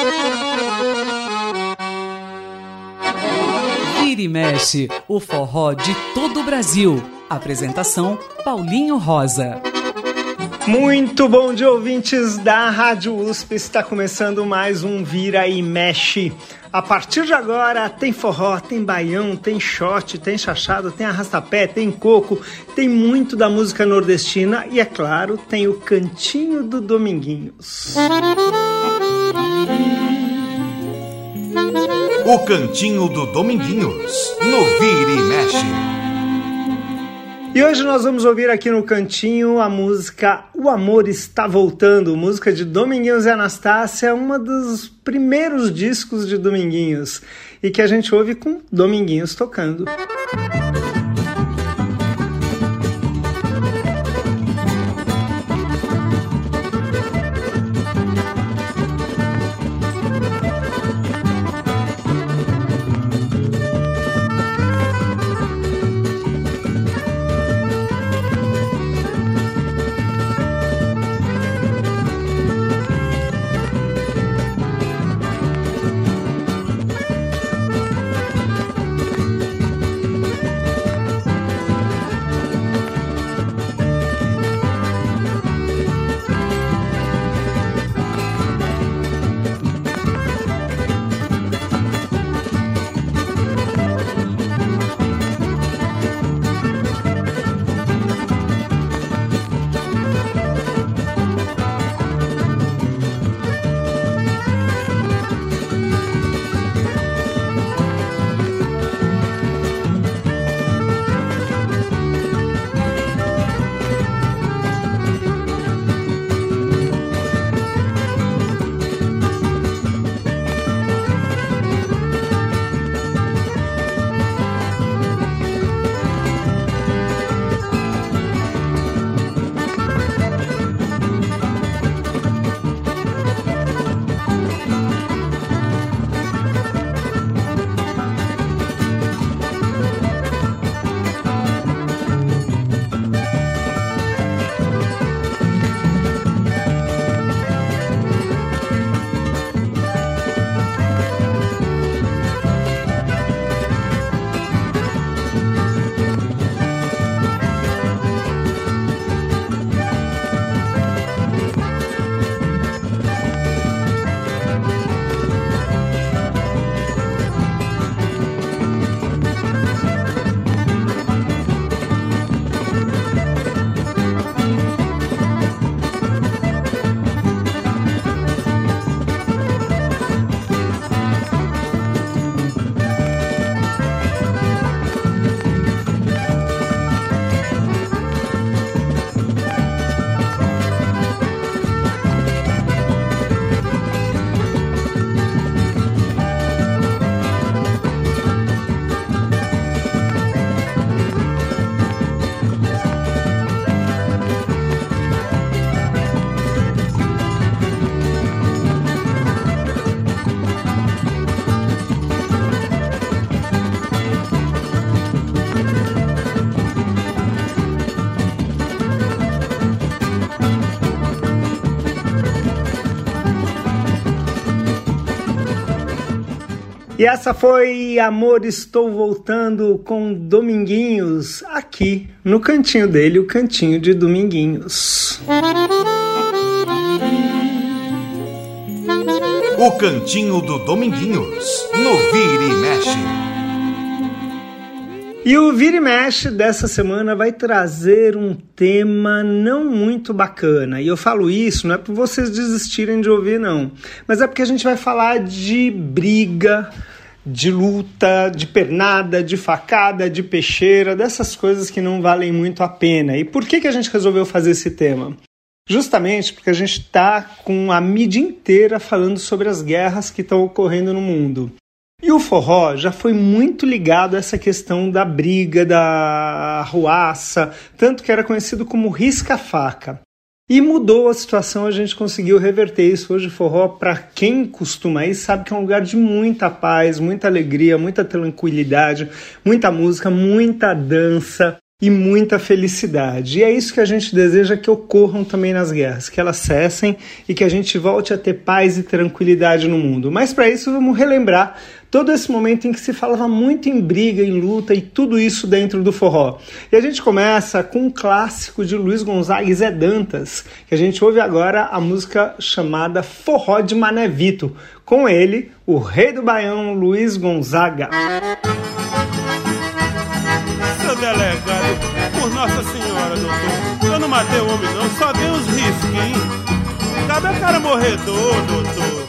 Vira e mexe, o forró de todo o Brasil. Apresentação, Paulinho Rosa. Muito bom dia, ouvintes da Rádio USP. Está começando mais um Vira e Mexe. A partir de agora tem forró, tem baião, tem shot, tem chachado, tem arrastapé, tem coco, tem muito da música nordestina e, é claro, tem o Cantinho do Dominguinhos. O Cantinho do Dominguinhos, no Vira e Mexe. E hoje nós vamos ouvir aqui no Cantinho a música O Amor Está Voltando, música de Dominguinhos e Anastácia, uma dos primeiros discos de Dominguinhos, e que a gente ouve com Dominguinhos tocando. E essa foi Amor Estou Voltando com Dominguinhos, aqui no cantinho dele, o Cantinho de Dominguinhos. O Cantinho do Dominguinhos, no Vira e Mexe. E o Vira e Mexe dessa semana vai trazer um tema não muito bacana. E eu falo isso não é para vocês desistirem de ouvir, não. Mas é porque a gente vai falar de briga, de luta, de pernada, de facada, de peixeira, dessas coisas que não valem muito a pena. E por que a gente resolveu fazer esse tema? Justamente porque a gente está com a mídia inteira falando sobre as guerras que estão ocorrendo no mundo. E o forró já foi muito ligado a essa questão da briga, da arruaça, tanto que era conhecido como risca-faca. E mudou a situação, a gente conseguiu reverter isso. Hoje o forró, para quem costuma ir, sabe que é um lugar de muita paz, muita alegria, muita tranquilidade, muita música, muita dança. e muita felicidade. E é isso que a gente deseja que ocorram também nas guerras, que elas cessem e que a gente volte a ter paz e tranquilidade no mundo. Mas para isso vamos relembrar todo esse momento em que se falava muito em briga, em luta e tudo isso dentro do forró. E a gente começa com um clássico de Luiz Gonzaga e Zé Dantas, que a gente ouve agora a música chamada Forró de Mané Vito. Com ele, o rei do Baião, Luiz Gonzaga. Seu delegado, por Nossa Senhora, doutor, eu não matei o homem não, só dei uns risquinhos. Cabe a cara morredor, doutor.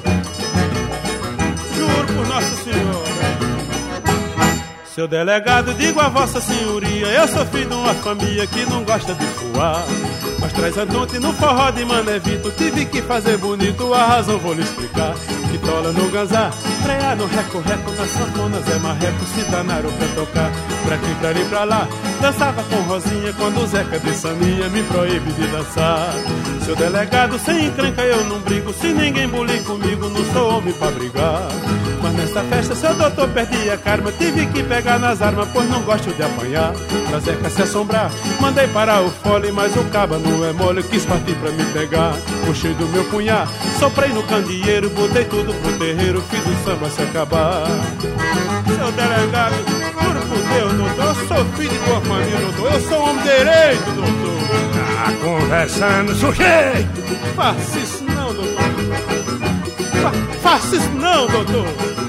Juro por Nossa Senhora. Seu delegado, digo a Vossa Senhoria, eu sou filho de uma família que não gosta de fuar. Mas 3 anos ontem no forró de Mané Vito tive que fazer bonito, a razão vou lhe explicar. Vitola no ganzá, freia no reco-reco, na sanfona Zé Marreco se danaram pra tocar. Pra aqui, pra ali, pra lá, dançava com Rosinha quando o Zeca de Saninha me proíbe de dançar. Seu delegado, sem encrenca eu não brigo, se ninguém bulir comigo não sou homem pra brigar. Mas nesta festa seu doutor perdi a karma, tive que pegar nas armas pois não gosto de apanhar. Pra Zeca se assombrar, mandei parar o fole, mas o caba não é mole, quis partir pra me pegar. Puxei do meu punhar, soprei no candeeiro, botei tudo pro terreiro, fiz o samba se acabar. Seu delegado, juro por Deus, doutor, eu sou filho de boa família, doutor, eu sou homem direito, doutor. Tá conversando, sujeito! Faça isso não, doutor. Faça isso não, doutor.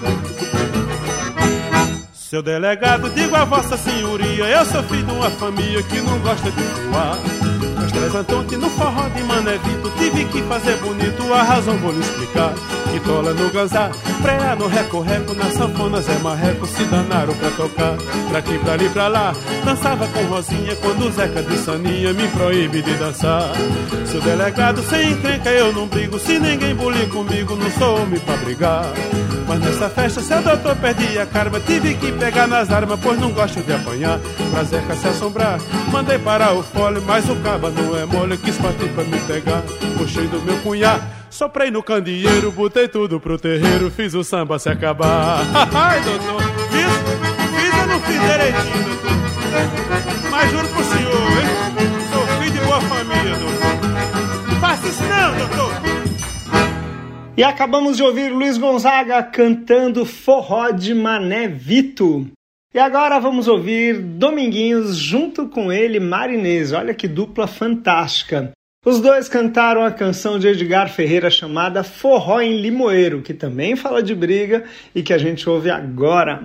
Seu delegado, digo a Vossa Senhoria, eu sou filho de uma família que não gosta de voar. Mas 3 anos ontem no forró de Mané Vito tive que fazer bonito, a razão vou lhe explicar. Vitola no ganzá, freia no reco-reco, na sanfona Zé Marreco se danaram pra tocar. Pra aqui, pra ali, pra lá, dançava com Rosinha quando o Zeca de Saninha me proíbe de dançar. Seu delegado, sem encrenca eu não brigo, se ninguém bulir comigo não sou homem pra brigar. Mas nessa festa seu doutor perdi a karma, tive que pegar nas armas pois não gosto de apanhar. Pra Zeca se assombrar, mandei parar o fole, mas o caba não é mole, quis partir pra me pegar. Puxei do meu punhar, soprei no candeeiro, botei tudo pro terreiro, fiz o samba se acabar. Ai, doutor, fiz ou não fiz direitinho, doutor? Mas juro pro senhor, hein? Sou filho de boa família, doutor. Faça isso não, doutor. E acabamos de ouvir Luiz Gonzaga cantando Forró de Mané Vito. E agora vamos ouvir Dominguinhos junto com ele, Marinês. Olha que dupla fantástica. Os dois cantaram a canção de Edgar Ferreira chamada Forró em Limoeiro, que também fala de briga e que a gente ouve agora.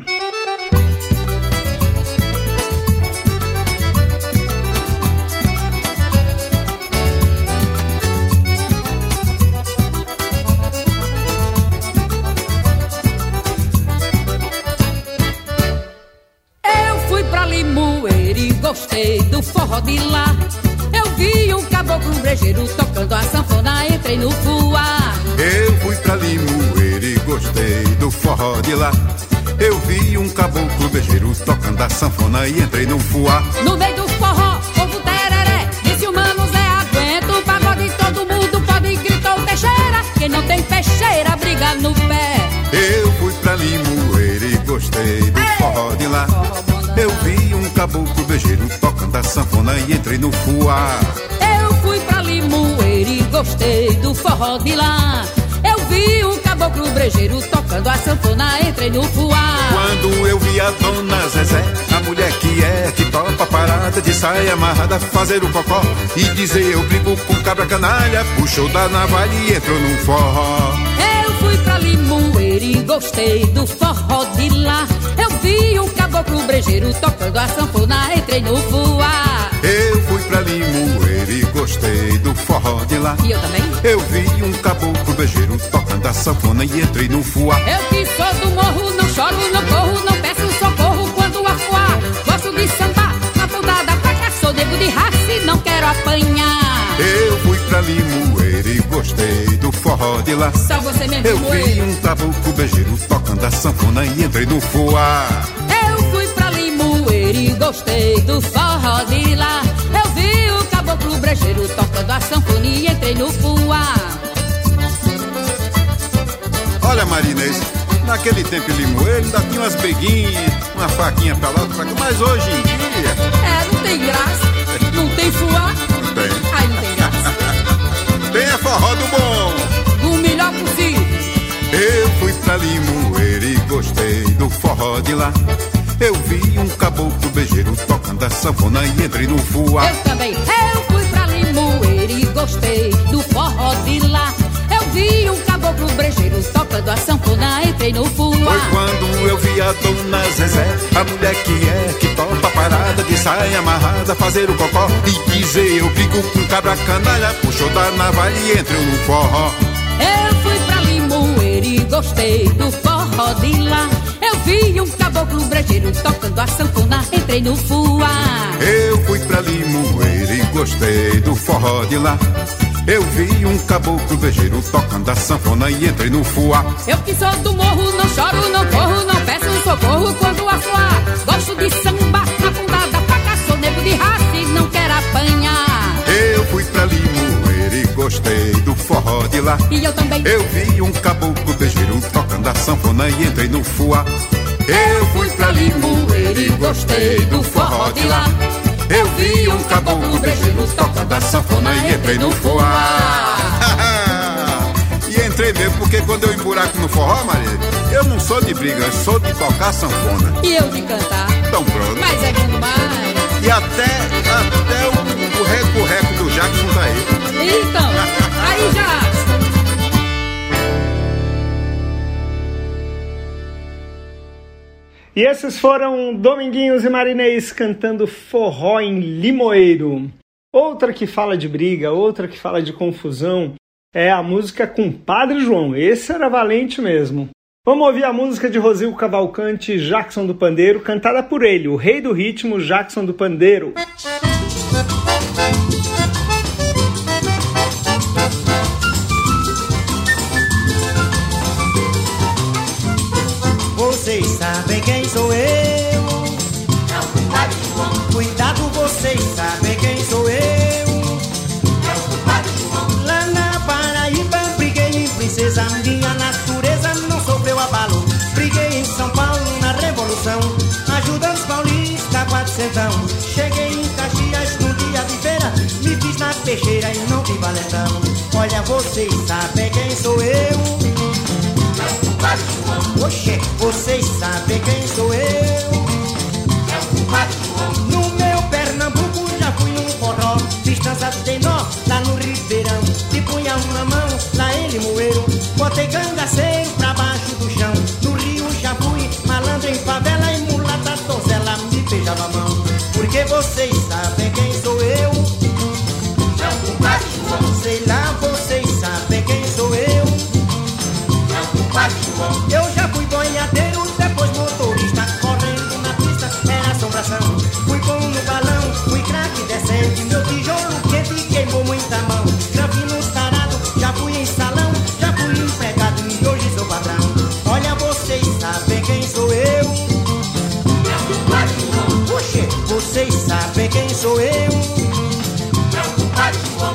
Gostei do forró de lá. Eu vi um caboclo brejeiro tocando a sanfona, entrei no fuá. Eu fui pra Limoeiro e gostei do forró de lá. Eu vi um caboclo brejeiro tocando a sanfona e entrei no fuá. No meio do forró, povo tereré, disse o mano Zé, aguenta o pagode, todo mundo pode, gritou Teixeira. Quem não tem peixeira, briga no pé. Eu fui pra Limoeiro e gostei do forró de lá. Eu vi um caboclo brejeiro tocando a sanfona e entrei no fuá. Eu fui pra Limoeiro e gostei do forró de lá. Eu vi um caboclo brejeiro tocando a sanfona, entrei no fuá. Quando eu vi a dona Zezé, a mulher que topa parada de saia amarrada, fazer o cocó e dizer eu brigo com cabra canalha, puxou da navalha e entrou no forró. Eu fui pra Limoeiro e gostei do forró de lá. Eu vi um caboclo brejeiro tocando a sanfona, entrei no fuá. Eu fui pra Limoeiro e gostei do forró de lá. E eu também? Eu vi um caboclo brejeiro tocando a sanfona e entrei no fuá. Eu que sou do morro, não choro, não corro, não peço socorro quando afuar. Gosto de sambar, na ponta da faca, sou nego de raça e não quero apanhar. Eu fui pra Limoeiro e gostei do forró de lá. Só você mesmo, eu vi um caboclo brejeiro tocando a sanfona e entrei no fuá. Eu fui pra Limoeiro e gostei do forró de lá. Eu vi o caboclo brejeiro tocando a sanfona e entrei no fuá. Olha, Marinês, Naquele tempo em Limoeiro ainda tinha umas briguinhas, uma faquinha pra lá, pra cá, mas hoje em dia... não tem graça, não tem fuá. Não tem. Ai, não tem graça. Tem a forró do bom. Do melhor possível. Eu fui pra Limoeiro e gostei do forró de lá. Eu vi um caboclo beijeiro tocando a sanfona e entrei no fuá. Eu também, eu fui pra Limoeiro e gostei do forró de lá. Eu vi um caboclo brejeiro tocando a sanfona, entrei no fuá. Foi quando eu vi a dona Zezé, a mulher que topa parada de saia amarrada, fazer o cocó e dizer eu brigo com cabra canalha, puxou da navalha e entrou no forró. Eu fui pra Limoeiro e gostei do forró de lá. Eu vi um caboclo brejeiro tocando a sanfona, entrei no fuá. Eu fui pra Limoeiro e gostei do forró de lá. Eu vi um caboclo brejeiro tocando a sanfona e entrei no fuá. Eu que sou do morro, não choro, não corro, não peço socorro quando afuar. Gosto de samba na ponta da faca, sou nego de raça e não quero apanhar. Eu fui pra Limoeiro e gostei do forró de lá. E eu também. Eu vi um caboclo brejeiro tocando a sanfona e entrei no fuá. Eu fui pra Limoeiro e gostei do forró de lá. Eu vi um caboclo brejeiro tocando a sanfona e entrei no fuá. E entrei mesmo porque quando eu emburaco no forró, Maria, eu não sou de briga, eu sou de tocar sanfona. E eu de cantar. Então pronto. Mas é bom demais. E até o reco-reco do Jackson tá aí. Então, aí Jackson. E esses foram Dominguinhos e Marinês cantando forró em Limoeiro. Outra que fala de briga, outra que fala de confusão é a música Compadre João. Esse era valente mesmo. Vamos ouvir a música de Rosil Cavalcante e Jackson do Pandeiro, cantada por ele, o rei do ritmo, Jackson do Pandeiro. Vocês sabem quem sou eu? É o Compadre João. Cuidado, vocês sabem quem sou eu? É o Compadre João. Lá na Paraíba briguei em Princesa, minha natureza não sofreu abalo. Briguei em São Paulo na Revolução, ajudando os paulistas quatrocentão. Cheguei em Caxias num dia de feira, me fiz na peixeira e não vi valentão. Olha, vocês sabem quem sou eu? Oxê, vocês sabem quem sou eu? É o Compadre João. No meu Pernambuco já fui num forró, distância de nó lá no Ribeirão. De punhão na mão lá em Limoeiro, botei cangaceiro pra baixo do chão. No Rio já fui malandro em favela e mulata donzela me beijava a mão. Porque vocês sabem quem sou eu? É o Compadre João. Sei lá, vocês sabem quem sou eu? É o Compadre João. Eu já fui boiadeiro, depois motorista, correndo na pista, era assombração. Fui bom no balão, fui craque decente, meu tijolo quente queimou muita mão. Já fui no sarado, já fui em salão, já fui empregado e hoje sou patrão. Olha, vocês sabem quem sou eu? É o Compadre João. Oxê, vocês sabem quem sou eu? É o Compadre João.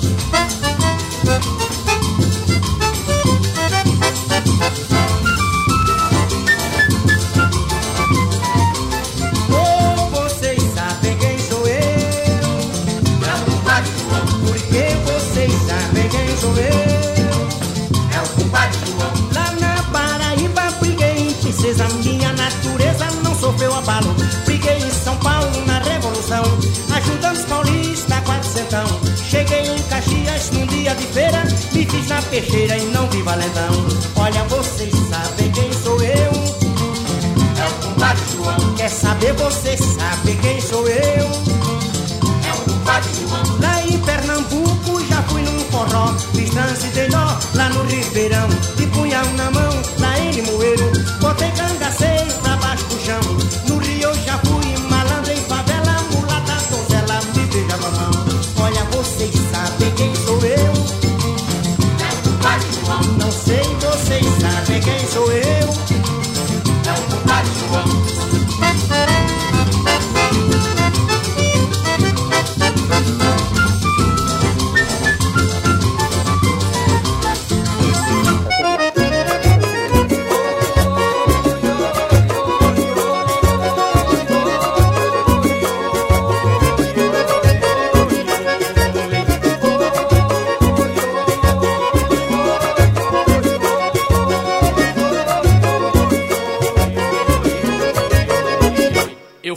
Minha natureza não sofreu abalo. Briguei em São Paulo na Revolução, ajudando os paulistas quatrocentão. Cheguei em Caxias num dia de feira, me fiz na peixeira e não vi valentão. Olha, vocês sabem quem sou eu? É o Compadre João. Quer saber, vocês sabem quem sou eu? É o Compadre João. Lá em Pernambuco já fui num forró, distância de nó lá no Ribeirão. De punhão na mão lá em Limoeiro, botei cangaceiro pra baixo do chão. No Rio eu já fui malandro em favela, mulata donzela me beijava a mão. Olha, vocês sabem quem sou eu? É o Compadre João. Não sei, vocês sabem quem sou eu? É o Compadre João.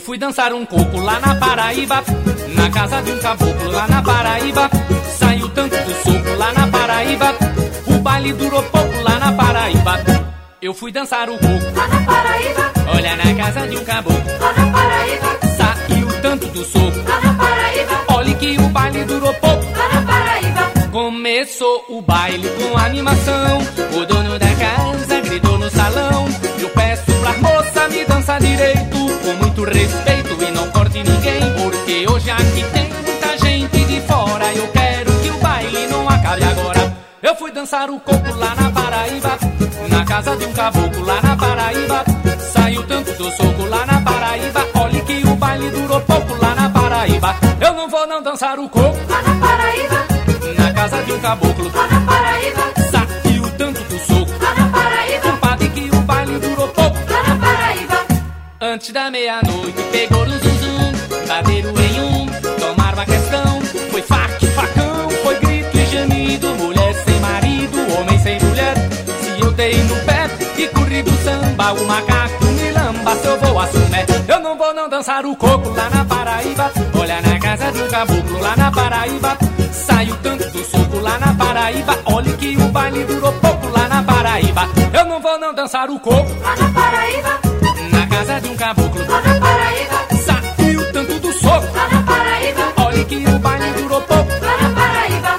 fui dançar um coco lá na Paraíba, na casa de um caboclo lá na Paraíba. Saiu tanto do soco lá na Paraíba, o baile durou pouco lá na Paraíba. Eu fui dançar o coco lá na Paraíba, olha na casa de um caboclo lá na Paraíba. Saiu tanto do soco lá na Paraíba, olhe que o baile durou pouco lá na Paraíba. Começou o baile com animação, o dono da casa gritou no salão: eu peço pras moças me dançar direito, com muito respeito e não corte ninguém, porque hoje aqui tem muita gente de fora. Eu quero que o baile não acabe agora. Eu fui dançar o coco lá na Paraíba, na casa de um caboclo lá na Paraíba. Saiu tanto do soco lá na Paraíba, olhe que o baile durou pouco lá na Paraíba. Eu não vou não dançar o coco lá na Paraíba, na casa de um caboclo lá na Paraíba. Saiu tanto do soco lá na Paraíba, compadre, que o baile durou pouco lá na Paraíba. Antes da meia-noite pegou no zunzum, bateram em um, tomaram a questão. Foi faca e facão, foi grito e gemido, mulher sem marido, homem sem mulher. Se eu dei no pé e corri do samba, o macaco me lamba, se eu vou assumir. Eu não vou não dançar o coco lá na Paraíba, olha na casa de um caboclo lá na Paraíba. Saiu tanto do soco lá na Paraíba, olhe que o baile durou pouco lá na Paraíba. Eu não vou não dançar o coco lá na Paraíba, na casa de um caboclo lá na Paraíba. Saiu tanto do soco lá na Paraíba, olhe que o baile durou pouco lá na Paraíba.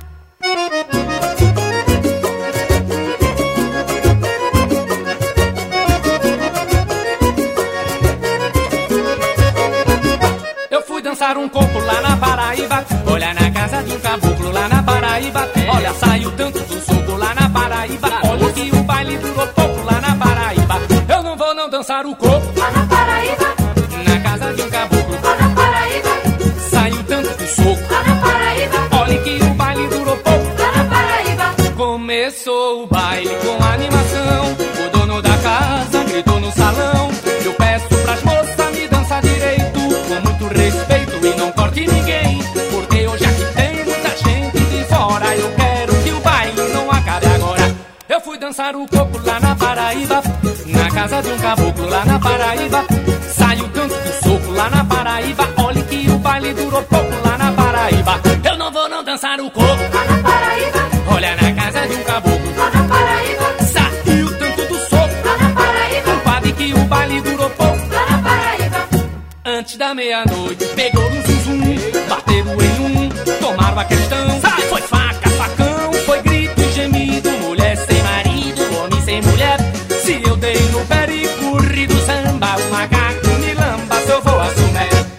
Eu fui dançar um coco lá na Paraíba, olha na casa de um caboclo lá na Paraíba. Olha, saiu tanto do soco lá na Paraíba, olha que o baile durou pouco lá na Paraíba. Eu não vou não dançar o coco lá na Paraíba, na casa de um caboclo lá na Paraíba. Saiu tanto do soco lá na Paraíba, olha que o baile durou pouco lá na Paraíba. Começou o baile com animação, o dono da casa gritou no salão: eu peço pras moças me dançar direito, com muito respeito e não corte ninguém, porque hoje aqui tem muita gente de fora. Eu quero que o baile não acabe agora. Eu fui dançar o coco lá na Paraíba, na casa de um caboclo lá na Paraíba. Saiu tanto do soco lá na Paraíba, olhe que o baile durou pouco lá na Paraíba. Eu não vou não dançar o coco lá na Paraíba, olha na casa de um caboclo lá na Paraíba. Saiu tanto do soco lá na Paraíba, compadre, que o baile durou pouco lá na Paraíba. Antes da meia-noite pegou no zunzum, bateram em um, tomaram a questão. Foi faca, facão, foi grito e gemido, mulher sem marido, homem sem mulher. Se eu dei no pé e corri do samba, o macaco me lamba, se eu vou assumir.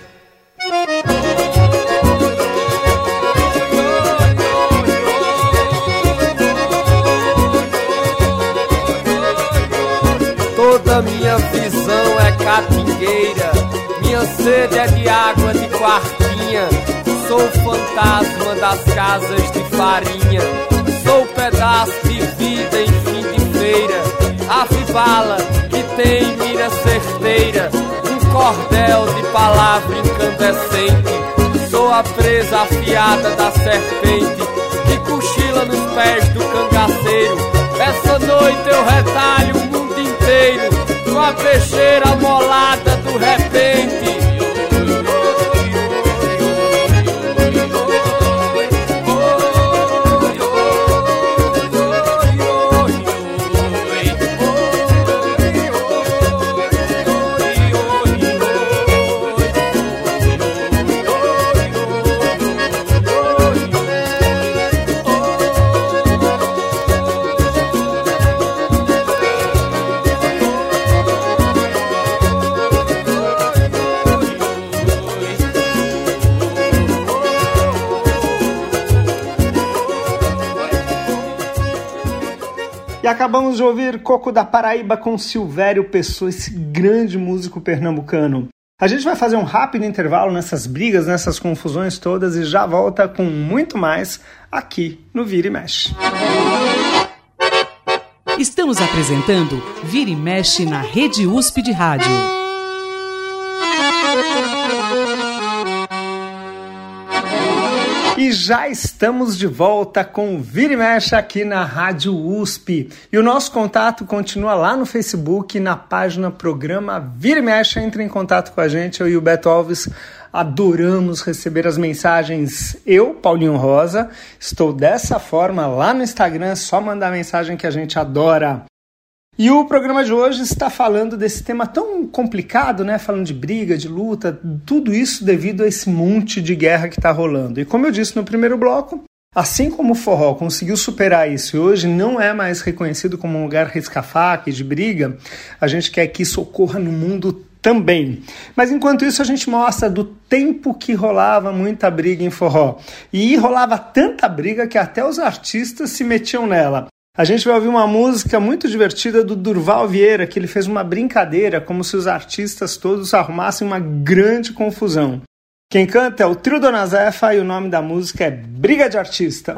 Toda minha visão é catingueira, minha sede é de água de quartinha. Sou o fantasma das casas de farinha, sou pedaço de vida em fim de feira. Afibala que tem mira certeira, um cordel de palavra incandescente. Sou a presa afiada da serpente, que cochila nos pés do cangaceiro. Essa noite eu retalho o mundo inteiro, com a peixeira molada do repente. E acabamos de ouvir Coco da Paraíba com Silvério Pessoa, esse grande músico pernambucano. A gente vai fazer um rápido intervalo nessas brigas, nessas confusões todas e já volta com muito mais aqui no Vira e Mexe. Estamos apresentando Vira e Mexe na Rede USP de Rádio. E E já estamos de volta com Vira e Mexe aqui na Rádio USP. E o nosso contato continua lá no Facebook, na página Programa Vira e Mexe. Entre em contato com a gente, eu e o Beto Alves adoramos receber as mensagens. Eu, Paulinho Rosa, estou dessa forma lá no Instagram, é só mandar mensagem que a gente adora. E o programa de hoje está falando desse tema tão complicado, né? Falando de briga, de luta, tudo isso devido a esse monte de guerra que está rolando. E como eu disse no primeiro bloco, assim como o forró conseguiu superar isso e hoje não é mais reconhecido como um lugar risca-faca e de briga, a gente quer que isso ocorra no mundo também. Mas enquanto isso a gente mostra do tempo que rolava muita briga em forró. E rolava tanta briga que até os artistas se metiam nela. A gente vai ouvir uma música muito divertida do Durval Vieira, que ele fez uma brincadeira, como se os artistas todos arrumassem uma grande confusão. Quem canta é o Trio Dona Zefa e o nome da música é Briga de Artista.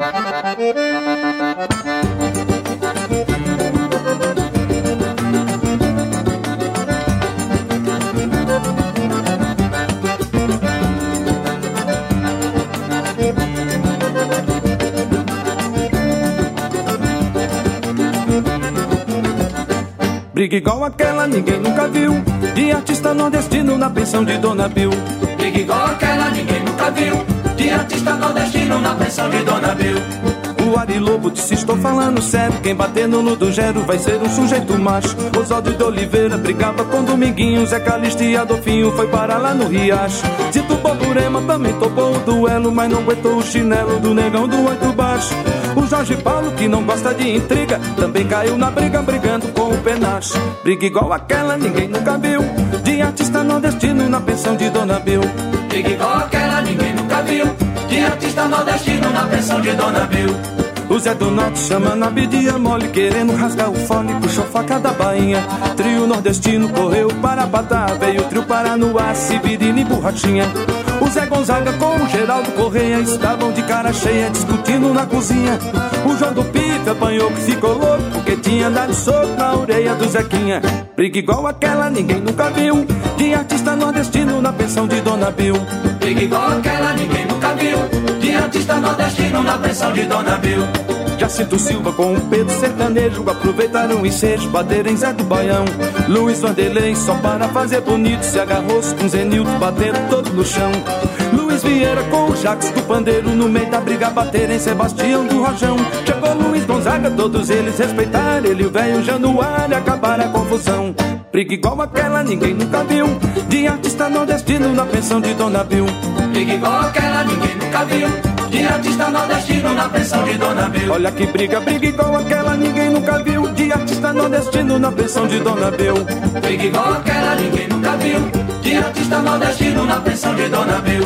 Briga igual aquela ninguém nunca viu, de artista nordestino na pensão de Dona Bill. Briga igual aquela ninguém nunca viu, de artista nordestino na pensão de Dona Bill. O Ari Lobo disse, estou falando sério, quem bater no Ludo Gero vai ser um sujeito macho. Oswaldo de Oliveira brigava com Dominguinho, Zé Calixto e Adolfinho foi parar lá no Riacho. Zito Borborema também topou o duelo, mas não aguentou o chinelo do negão do Oito Baixo. O Jorge Paulo, que não gosta de intriga, também caiu na briga brigando com o Penacho. Briga igual aquela ninguém nunca viu, de artista nordestino na pensão de Dona Bill. Briga igual aquela ninguém nunca viu, de artista nordestino na pensão de Dona Bill. O Zé do Norte chama na bidia mole, querendo rasgar o fole, puxou faca da bainha. Trio nordestino correu para Batá, veio o trio Paranoá, Severino e Borrachinha. O Zé Gonzaga com o Geraldo Correia estavam de cara cheia discutindo na cozinha. O João do Pife apanhou que ficou louco, porque tinha dado soco na orelha do Zequinha. Briga igual aquela ninguém nunca viu, de artista nordestino na pensão de Dona Bill. Briga igual aquela ninguém nunca viu, de artista nordestino na pensão de Dona Bill. Jacinto Silva com o Pedro Sertanejo aproveitaram o ensejo, bateram em Zé do Baião. Luiz Vanderlei só para fazer bonito se agarrou-se com Zenildo batendo todo no chão. Luiz Vieira com o Jacques do Pandeiro no meio da briga bateram em Sebastião do Rojão. Chegou Luiz Gonzaga, todos eles respeitaram ele e o velho Januário acabaram a confusão. Briga igual aquela ninguém nunca viu, de artista nordestino na pensão de Dona Bill. Briga igual aquela ninguém nunca viu, de artista nordestino na pensão de Dona Bill. Olha que briga, briga igual aquela ninguém nunca viu, de artista nordestino na pensão de Dona Bill. Briga igual aquela ninguém nunca viu, de artista nordestino na pensão de Dona Bill.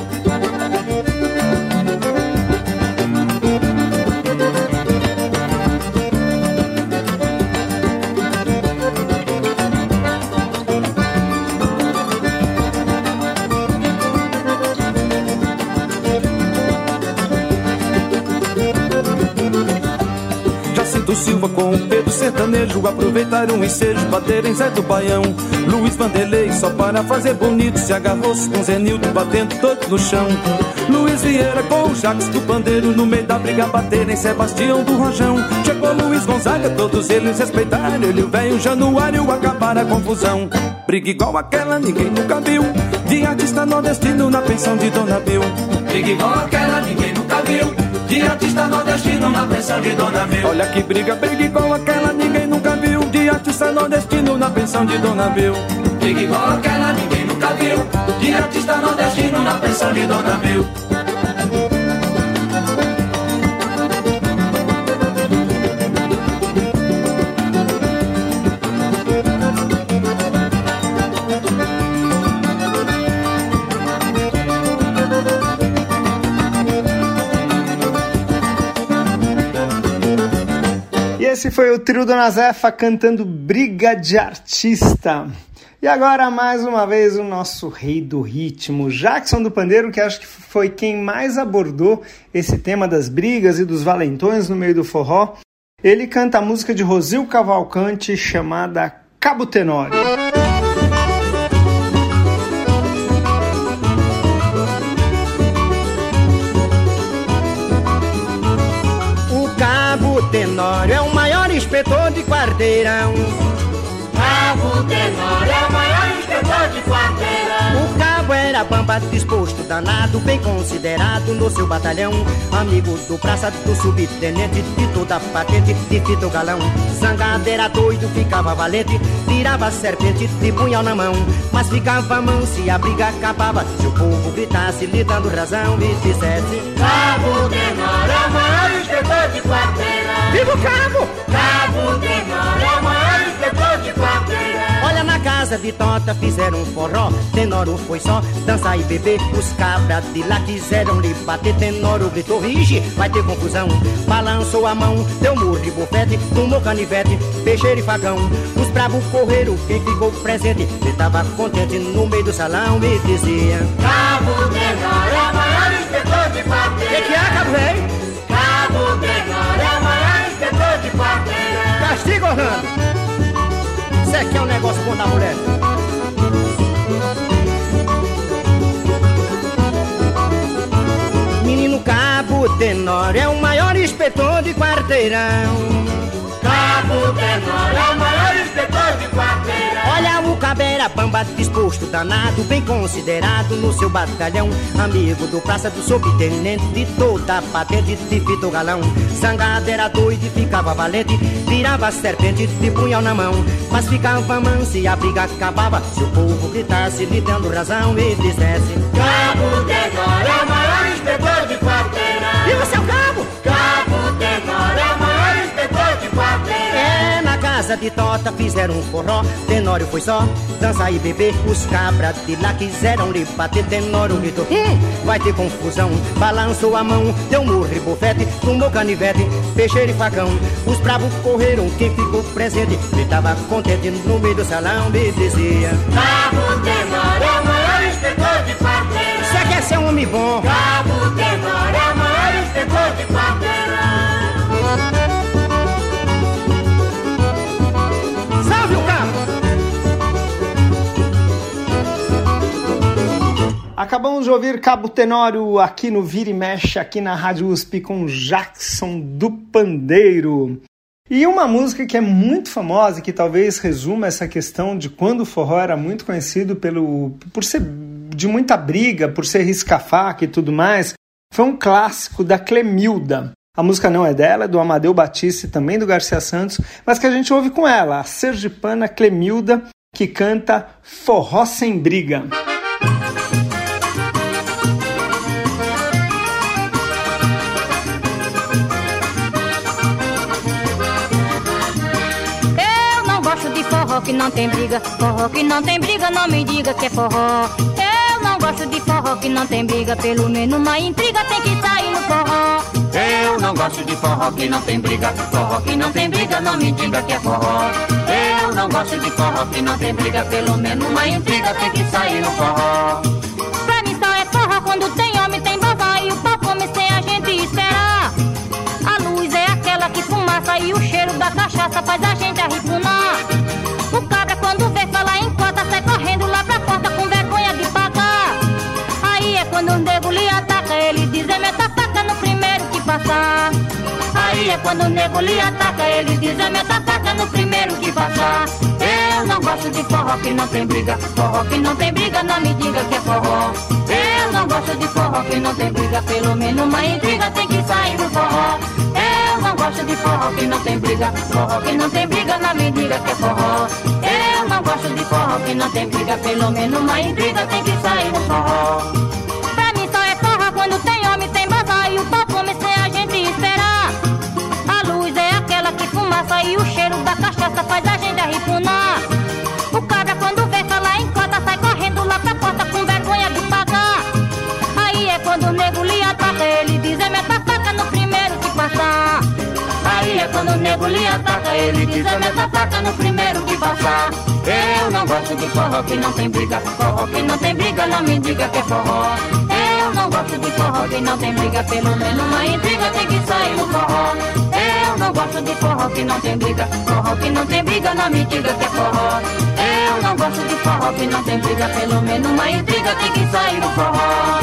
Silva com o Pedro Sertanejo aproveitaram o ensejo, bateram em Zé do Baião. Luiz Vanderlei só para fazer bonito se agarrou-se com Zenildo batendo todo no chão. Luiz Vieira com o Jacques do Pandeiro no meio da briga bateram em Sebastião do Rojão. Chegou Luiz Gonzaga, todos eles respeitaram ele e o velho Januário acabaram a confusão. Briga igual aquela ninguém nunca viu, de artista nordestino na pensão de Dona Bill. Briga igual aquela ninguém nunca viu, de artista nordestino na pensão de Dona Bill. Olha que briga, briga igual aquela ninguém nunca viu, de artista nordestino na pensão de Dona Bill. Briga igual aquela ninguém nunca viu, de artista nordestino na pensão de Dona Bill. Esse foi o Trio Dona Zefa cantando Briga de Artista. E agora, mais uma vez, o nosso rei do ritmo, Jackson do Pandeiro, que acho que foi quem mais abordou esse tema das brigas e dos valentões no meio do forró. Ele canta a música de Rosil Cavalcante chamada Cabo Tenório. Tenório é o maior inspetor de quarteirão. Cabo Tenório é o maior inspetor de quarteirão. O cabo era bamba, disposto, danado, bem considerado no seu batalhão. Amigo do praça, do subtenente, de toda patente, de fita o galão. Zangado era doido, ficava valente, tirava a serpente de punhal na mão. Mas ficava mão se a briga acabava, se o povo gritasse, lhe dando razão e dissesse: Cabo Tenório é o maior inspetor de quarteirão. Viva o cabo! Cabo Tenório é o maior inspetor de quarteirão. Olha, na casa de Tota fizeram um forró. Tenório foi só dançar e beber. Os cabras de lá quiseram lhe bater. Tenório gritou: Vige, vai ter confusão. Balançou a mão, deu murro de bufete, tomou canivete, peixeiro e facão. Os bravos correram, quem ficou presente ele tava contente no meio do salão e dizia: Cabo Tenório é o maior inspetor de quarteirão. Que é, cabo rei? Cabo Tenório é o maior inspetor de quarteirão. Castigo, Orlando. Isso aqui é um negócio bom da mulher. Menino Cabo Tenório é o maior inspetor de quarteirão. Cabo Tenório é o maior inspetor de quarteirão. Olha, o cabo era bamba, disposto, danado, bem considerado no seu batalhão. Amigo do praça, do subtenente, de toda a patente, de fita o galão. Zangado era doido e ficava valente, virava a serpente de punhal na mão. Mas ficava manso e a briga acabava, se o povo gritasse, lhe dando razão e dissesse: Cabo Tenório é o maior inspetor de quarteirão. Viva seu cabo! Cabo Tenório é o maior inspetor de quarteirão. É, na casa de Tota fizeram um forró. Tenório foi só dançar e beber. Os cabras de lá quiseram lhe bater. Tenório gritou: vai ter confusão. Balançou a mão, deu murro e bufete, tomou canivete, peixeiro e facão. Os bravos correram, quem ficou presente ele tava contente no meio do salão e dizia: Cabo Tenório é o maior inspetor de quarteirão. Você quer ser um homem bom? Cabo Tenório é o maior inspetor de quarteirão. Salve o cabo! Acabamos de ouvir Cabo Tenório aqui no Vira e Mexe, aqui na Rádio USP, com Jackson do Pandeiro. E uma música que é muito famosa e que talvez resuma essa questão de quando o forró era muito conhecido por ser de muita briga, por ser risca-faca e tudo mais, foi um clássico da Clemilda. A música não é dela, é do Amadeu Batista e também do Garcia Santos, mas que a gente ouve com ela, a sergipana Clemilda, que canta Forró Sem Briga. Eu não gosto de forró que não tem briga, forró que não tem briga, não me diga que é forró. Eu não gosto de forró que não tem briga, pelo menos uma intriga tem que sair no forró. Eu não gosto de forró que não tem briga, forró que não tem briga, não me diga que é forró. Eu não gosto de forró que não tem briga, pelo menos uma intriga tem que sair no forró. Pra mim só é forró quando tem homem, tem babá e o pau come sem a gente esperar. A luz é aquela que fumaça e o cheiro da cachaça faz a gente arripunar. O cabra quando vê falar em cota sai correndo lá pra porta com vergonha de pagar. Aí é quando o nego lhe ataca, ele diz: é meta faca no primeiro que passar. Aí é quando o nego lhe ataca, ele diz: é meta faca no primeiro que passar. Eu não gosto de forró que não tem briga, forró que não tem briga, não me diga que é forró. Eu não gosto de forró que não tem briga, pelo menos uma intriga tem que sair no forró. Eu não gosto de forró que não tem briga, forró que não tem briga, não me diga que é forró. Eu não gosto de forró que não tem briga, pelo menos uma intriga tem que sair no forró. Pra mim só é forró quando tem homem, tem bazar e o pau come sem a gente esperar. A luz é aquela que fumaça e o cheiro da cachaça faz a gente arripunar. O cabra quando vê falar em cota sai correndo lá pra porta com vergonha de pagar. Aí é quando o nego lhe ataca, ele diz: é meta faca no primeiro que passar. Aí é quando o nego lhe ataca, ele diz: é meta faca no primeiro que passar. Eu não gosto de forró que não tem briga, forró que não tem briga, não me diga que é forró. Eu não gosto de forró que não tem briga, pelo menos uma intriga tem que sair no forró. Eu não gosto de forró que não tem briga, forró que não tem briga, não me diga que é forró. Eu não gosto de forró que não tem briga, pelo menos uma intriga tem que sair no forró.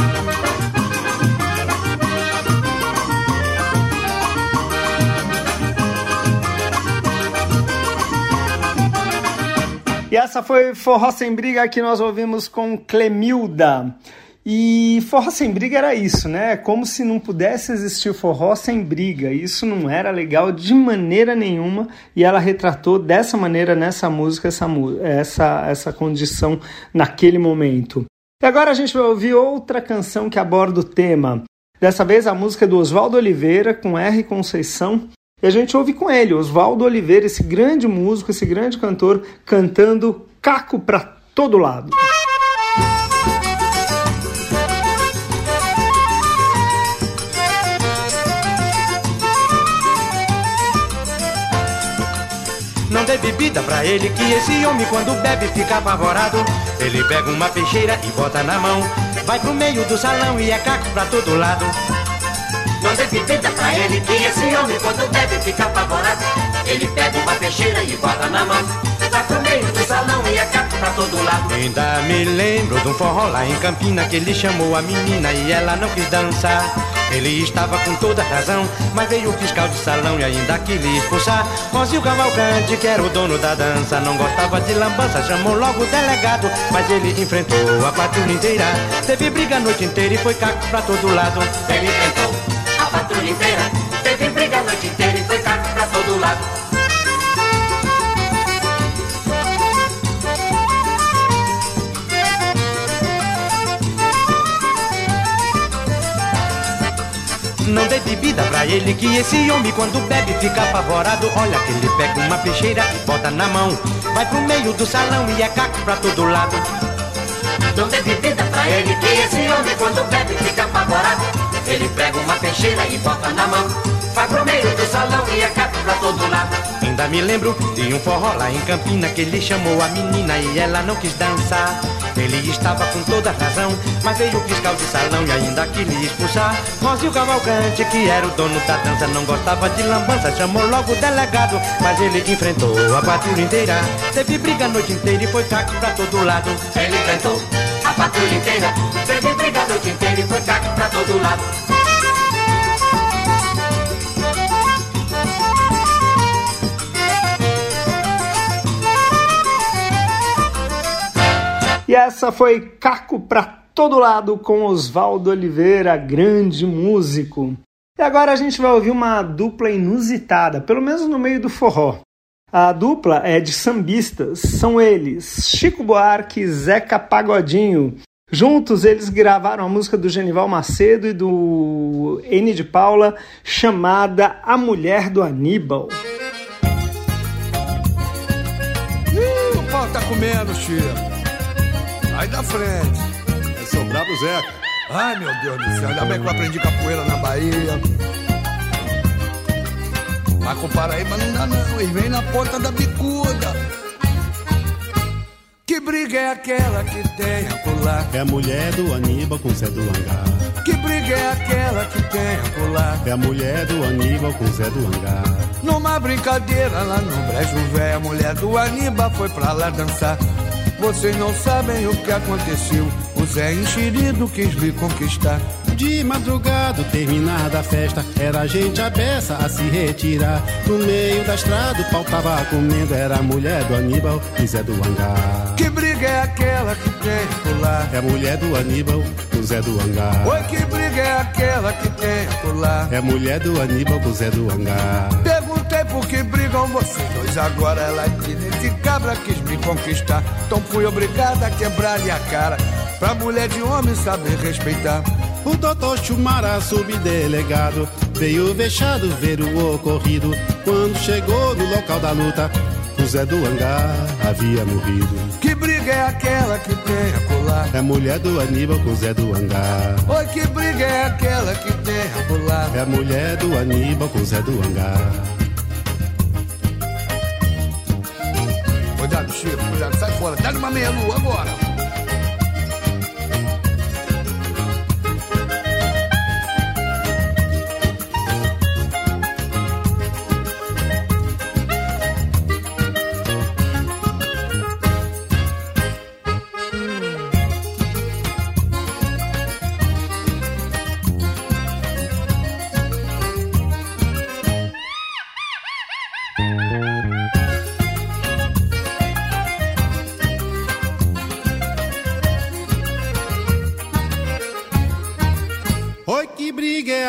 E essa foi Forró Sem Briga, que nós ouvimos com Clemilda. E forró sem briga era isso, né? Como se não pudesse existir forró sem briga. Isso não era legal de maneira nenhuma. E ela retratou dessa maneira nessa música essa condição naquele momento. E agora a gente vai ouvir outra canção que aborda o tema. Dessa vez a música é do Oswaldo Oliveira com R. Conceição. E a gente ouve com ele, Oswaldo Oliveira, esse grande músico, esse grande cantor, cantando Caco pra todo lado. Não dê bebida pra ele, que esse homem quando bebe fica apavorado. Ele pega uma peixeira e bota na mão, vai pro meio do salão e é caco pra todo lado. Não dê bebida pra ele, que esse homem quando bebe fica apavorado. Ele pega uma peixeira e bota na mão, vai pro meio do salão e é caco pra todo lado. Ainda me lembro de um forró lá em Campina, que ele chamou a menina e ela não quis dançar. Ele estava com toda razão, mas veio o fiscal de salão e ainda quis lhe expulsar. Rosinho Cavalcante, que era o dono da dança, não gostava de lambança, chamou logo o delegado, mas ele enfrentou a patrulha inteira. Teve briga a noite inteira e foi caco pra todo lado. Ele enfrentou a patrulha inteira, teve briga a noite inteira e foi caco pra todo lado. Não dê bebida pra ele, que esse homem quando bebe fica apavorado. Olha que ele pega uma peixeira e bota na mão, vai pro meio do salão e é caco pra todo lado. Não dê bebida pra ele, que esse homem quando bebe fica apavorado. Ele pega uma peixeira e bota na mão, vai pro meio do salão e é caco pra todo lado. Ainda me lembro de um forró lá em Campina, que ele chamou a menina e ela não quis dançar. Ele estava com toda razão, mas veio o fiscal de salão e ainda quis lhe expulsar. Rosinho Cavalcante, que era o dono da dança, não gostava de lambança, chamou logo o delegado, mas ele enfrentou a patrulha inteira. Teve briga a noite inteira e foi caco pra todo lado. Ele enfrentou a patrulha inteira, teve briga a noite inteira e foi caco pra todo lado. E essa foi Caco pra todo lado com Oswaldo Oliveira, grande músico. E agora a gente vai ouvir uma dupla inusitada, pelo menos no meio do forró. A dupla é de sambistas, são eles Chico Buarque e Zeca Pagodinho. Juntos eles gravaram a música do Genival Macedo e do N de Paula, chamada A Mulher do Aníbal. O pau tá comendo, Chico. Sai da frente. É sobrar pro Zeca. Ai, meu Deus do céu. Ainda bem que eu aprendi capoeira na Bahia. Mas com Paraíba não dá não. E vem na ponta da bicuda. Que briga é aquela que tem a pular? É a mulher do Aníbal com Zé do Hangar. Que briga é aquela que tem a pular? É a mulher do Aníbal com Zé do Hangar. Numa brincadeira lá no Brejo Velho, a mulher do Aníbal foi pra lá dançar. Vocês não sabem o que aconteceu. O Zé enxerido quis lhe conquistar. De madrugada, terminada a festa, era a gente a beça a se retirar. No meio da estrada o pau tava comendo, era a mulher do Aníbal e Zé do Hangar. Que briga é aquela que tem a pular? É a mulher do Aníbal com Zé do Hangar. Oi, que briga é aquela que tem a pular? É a mulher do Aníbal com Zé do Hangar. Perguntei por que brigam vocês dois, agora ela diz esse cabra quis me conquistar. Então fui obrigada a quebrar-lhe a cara, pra mulher de homem saber respeitar. O doutor Chumara, subdelegado, veio vexado ver o ocorrido. Quando chegou no local da luta, o Zé do Hangar havia morrido. Que briga é aquela que tem a colar? É a mulher do Aníbal com o Zé do Hangar. Oi, que briga é aquela que tem a colar? É a mulher do Aníbal com o Zé do Hangar. Cuidado, Chico, cuidado, sai fora, dá uma meia-lua agora.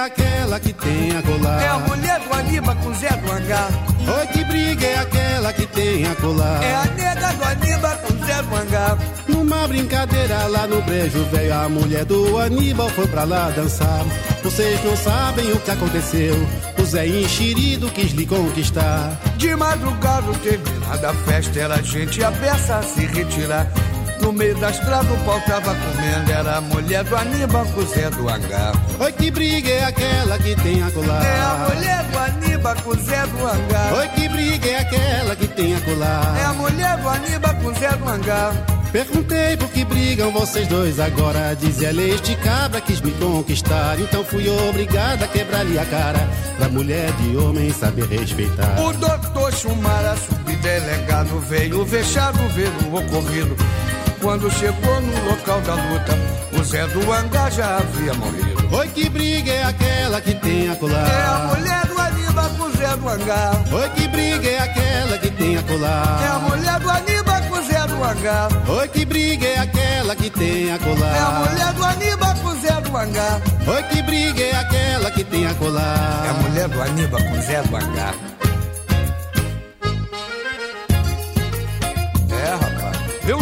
aquela que tem a colar. É a mulher do Aníbal com Zé do Hangar. Oi, que briga é aquela que tem a colar. É a nega do Aníbal com Zé do Hangar. Numa brincadeira lá no brejo velho, a mulher do Aníbal foi pra lá dançar. Vocês não sabem o que aconteceu, o Zé enxerido quis lhe conquistar. De madrugada, terminada a festa, era gente a beça a se retirar. No meio da estrada o pau tava comendo, era a mulher do Aníbal com o Zé do Hangar. Oi, que briga é aquela que tem a colar. É a mulher do Aníbal com o Zé do Hangar. Oi, que briga é aquela que tem a colar. É a mulher do Aníbal com o Zé do Hangar. Perguntei por que brigam vocês dois agora. Dizia este cabra quis me conquistar, então fui obrigada a quebrar-lhe a cara, pra mulher de homem saber respeitar. O doutor Chumara, subdelegado, veio vexado ver o ocorrido. Quando chegou no local da luta, o Zé do Hangar já havia morrido. Oi, que briga é aquela que tem a colar. É a mulher do Aníbal com o Zé do Hangar. Oi, que briga é aquela que tem a colar. É a mulher do Aníbal com o Zé do Hangar. Oi, que briga é aquela que tem a colar. É a mulher do Aníbal com o Zé do Hangar. Oi, que briga é aquela que tem a colar. É a mulher do Aníbal com o Zé do Hangar. É, rapaz, viu?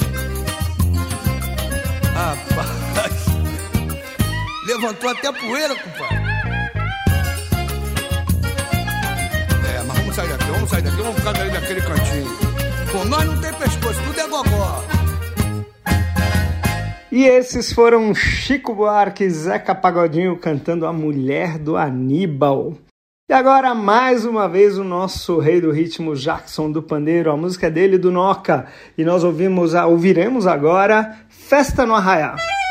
Rapaz, levantou até poeira, compadre. É, mas vamos sair daqui, vamos ficar ali naquele cantinho. Com nós não tem pescoço, tudo é gogó. E esses foram Chico Buarque e Zeca Pagodinho cantando A Mulher do Aníbal. E agora, mais uma vez, o nosso rei do ritmo, Jackson do Pandeiro, a música dele, do Noca. E nós ouviremos agora Festa no Arraiá.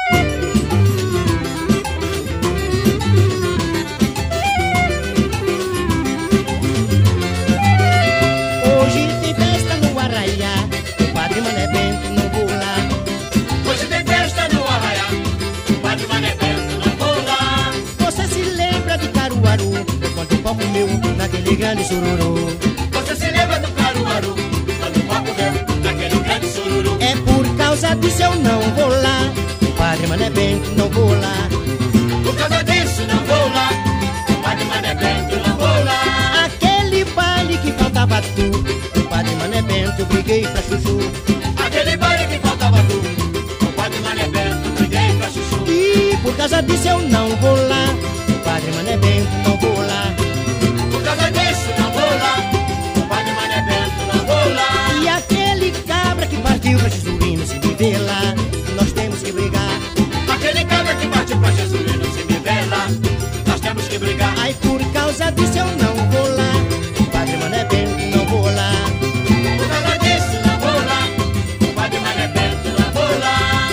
Hoje tem festa no Arraiá, o Padre Mané Bento não vou lá. Hoje tem festa no Arraiá, o Padre Mané Bento não vou lá. Você se lembra de Caruaru, quando o pau comeu naquele grande sururu? Você se lembra do Caruaru, quando o pau comeu naquele grande sururu? É por causa disso eu não vou lá, o Padre Mané Bento não vou lá. Por causa disso não vou lá, o Padre Mané Bento não vou lá. Aquele baile que faltava tu, o Padre Mané Bento briguei pra chuchu. Aquele baile que faltava tu, o Padre Mané Bento briguei pra chuchu. E por causa disso eu não vou lá, o Padre Mané Bento não vou lá. Por causa disso não vou lá, o Padre Mané Bento não vou lá. E aquele cabra que partiu pra Jesuíno, se me vê lá, nós temos que brigar. Aquele cabra que partiu pra Jesuíno, se me vê lá, nós temos que brigar. Ai, por causa disso eu não vou lá, o Padre Mané Bento não vou lá. Por causa disso não vou lá, o Padre Mané Bento não vou lá.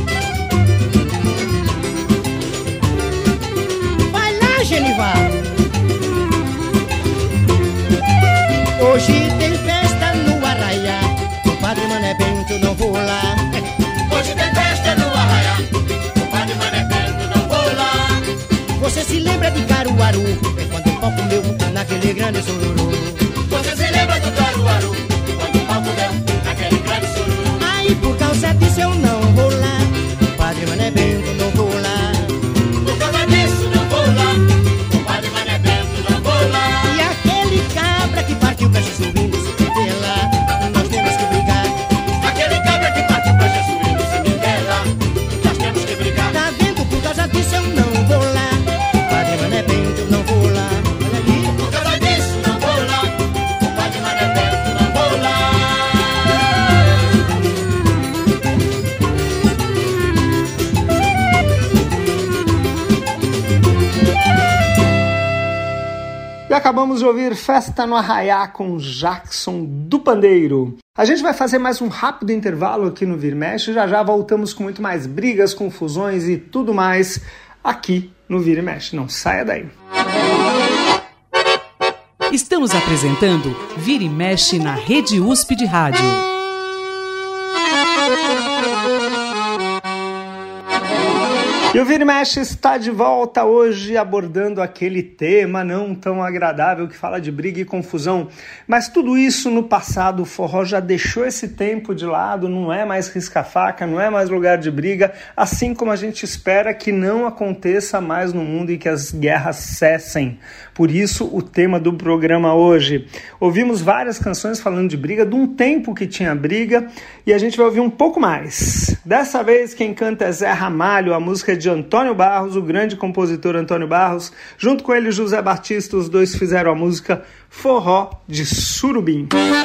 Vai lá, Genival. Hoje tem festa no Arraiá, o Padre Mané Bento não vou lá. Hoje tem festa no Arraiá, o Padre Mané Bento não vou lá. Você se lembra de Caruaru, quando o pau comeu naquele grande sururu? Você se lembra do Caruaru, quando o pau comeu naquele grande sururu? Ai, por causa disso eu não vou lá, o Padre Mané Bento não vou lá. Por causa disso não vou lá, o Padre Mané Bento não vou lá. E aquele cabra que partiu pra Jesuíno, se me vê lá, nós temos que brigar. Aquele cabra que partiu pra Jesuíno, se me vê lá, nós temos que brigar. Tá vendo? Por causa disso eu não vou lá, o Padre Mané Bento não vou lá. Olha ali. Por causa disso não vou lá, o Padre Mané Bento não vou lá. E acabamos de ouvir Festa no Arraiá com Jackson do Pandeiro. A gente vai fazer mais um rápido intervalo aqui no Vira e Mexe. Já já voltamos com muito mais brigas, confusões e tudo mais aqui no Vira e Mexe. Não saia daí. Estamos apresentando Vira e Mexe na Rede USP de Rádio. E o Vira e Mexe está de volta hoje abordando aquele tema não tão agradável que fala de briga e confusão. Mas tudo isso no passado, o forró já deixou esse tempo de lado, não é mais risca-faca, não é mais lugar de briga, assim como a gente espera que não aconteça mais no mundo e que as guerras cessem. Por isso, o tema do programa hoje. Ouvimos várias canções falando de briga, de um tempo que tinha briga, e a gente vai ouvir um pouco mais. Dessa vez, quem canta é Zé Ramalho, a música é de Antônio Barros, o grande compositor Antônio Barros. Junto com ele, José Batista, os dois fizeram a música Forró de Surubim.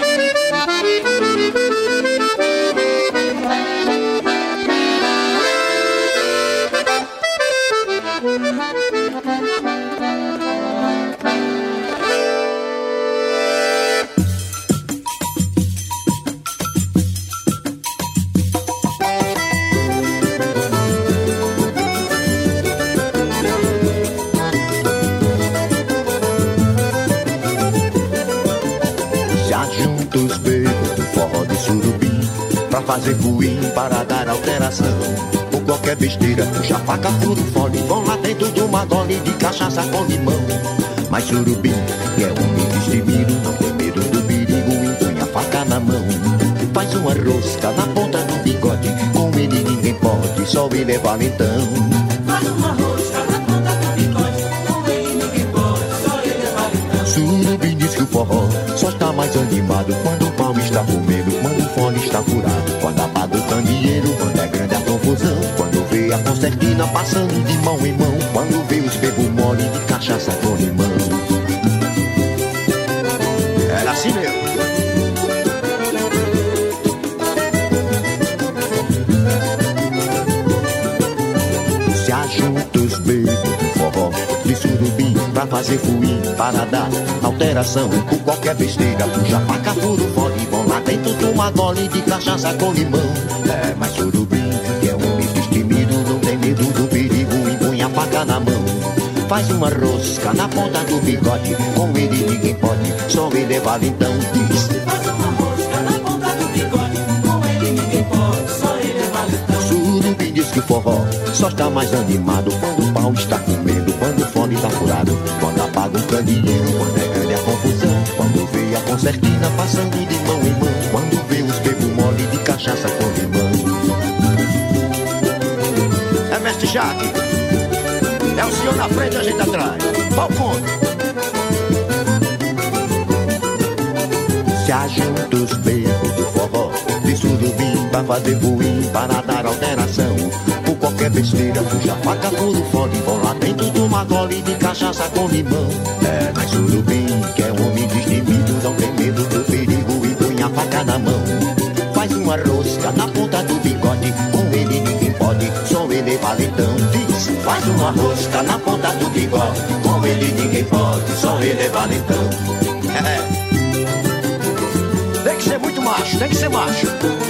Pra fazer ruim, para dar alteração. Por qualquer besteira, puxa faca, furo, fole. Vão lá dentro de uma gole de cachaça com limão. Mas Surubim, que é homem destemido, não tem medo do perigo, impõe a faca na mão. Faz uma rosca na ponta do bigode, com ele ninguém pode, só ele é valentão. Faz uma rosca na ponta do bigode, com ele ninguém pode, só ele é valentão. Surubim diz que o forró só está mais animado quando o pau está comendo, quando o fone está furado. Quando apaga o candeeiro, quando é grande a confusão. Quando vê a concertina passando de mão em mão. Quando vê os bebo mole de cachaça com limão. Era assim mesmo. Se ajunta os bebos do forró de Surubim pra fazer fuim, para dar alteração. Por qualquer besteira, puxa faca, furo, fole. Vão lá dentro de uma gole de cachaça com limão. É, mas Surubim, que é um homem destemido, não tem medo do perigo, impõe a faca na mão. Faz uma rosca na ponta do bigode, com ele ninguém pode, só ele é valentão. Diz: faz uma rosca na ponta do bigode, com ele ninguém pode, só ele é valentão. Surubim diz que o forró só está mais animado quando o pau está comendo, quando o fone está furado. Quando apaga o candeeiro, quando é grande a confusão. Quando vê a concertina passando de mão em mão. Quando vê os bebo mole de cachaça com limão. É mestre Jaque, é o senhor na frente e a gente atrás. Qual conta? Se ajunta os bebos do forró de Surubim pra fazer ruim, para dar alteração. Por qualquer besteira, puxa faca, furo, fole. Vão lá dentro de uma gole de cachaça com limão. É, mas Surubim, que é um homem destemido, não tem medo do perigo e põe a faca na mão. Faz uma rosca na ponta do bigode, com ele ninguém pode, só ele é valentão. Diz: faz uma rosca na ponta do bigode, com ele ninguém pode, só ele é valentão. É. Tem que ser muito macho, tem que ser macho.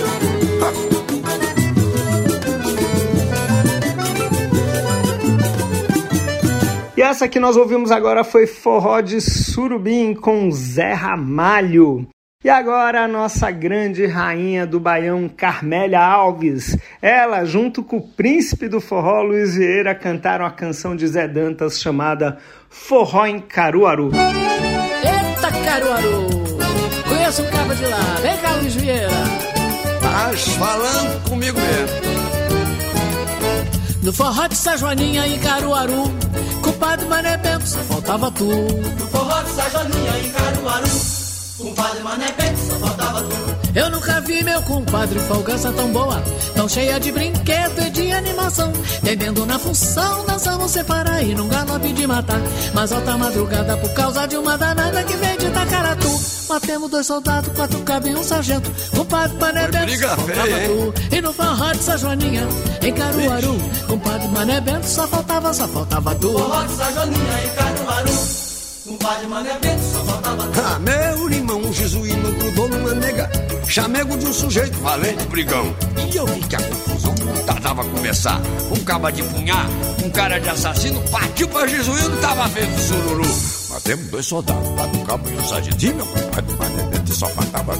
E essa que nós ouvimos agora foi Forró de Surubim com Zé Ramalho. E agora a nossa grande rainha do Baião, Carmélia Alves. Ela, junto com o príncipe do forró, Luiz Vieira, cantaram a canção de Zé Dantas chamada Forró em Caruaru. Eita, Caruaru! Conheço um cabo de lá. Vem cá, Luiz Vieira. Estás falando comigo mesmo. No forró de São Joaninha em Caruaru, compadre Mané Bento, só faltava tu. No forró de São Joaninha em Caruaru, compadre Mané Bento, só faltava tu. Eu nunca vi meu compadre folgança tão boa, tão cheia de brinquedo e de animação. Entendendo na função, dançamos sem parar e num galope de matar. Mas alta madrugada por causa de uma danada que vem de Tacaratu. Matemos 2 soldados, 4 cabos e um sargento. Compadre Mané Bento, só faltava tu. E no forró de São Joaninha em Caruaru, compadre Mané Bento, só faltava tu. No forró de São Joaninha em Caruaru, compadre Mané Bento, só faltava tu. Ah, meu irmão, um jesuíno grudou numa nega, chamego de um sujeito valente brigão. E eu vi que a confusão não tardava a começar. Um caba de punhar, um cara de assassino, partiu pra jesuíno, tava feito sururu. Matemos 2 soldados, 4 cabos e um sargentinho, meu compadre Mané Bento, só faltava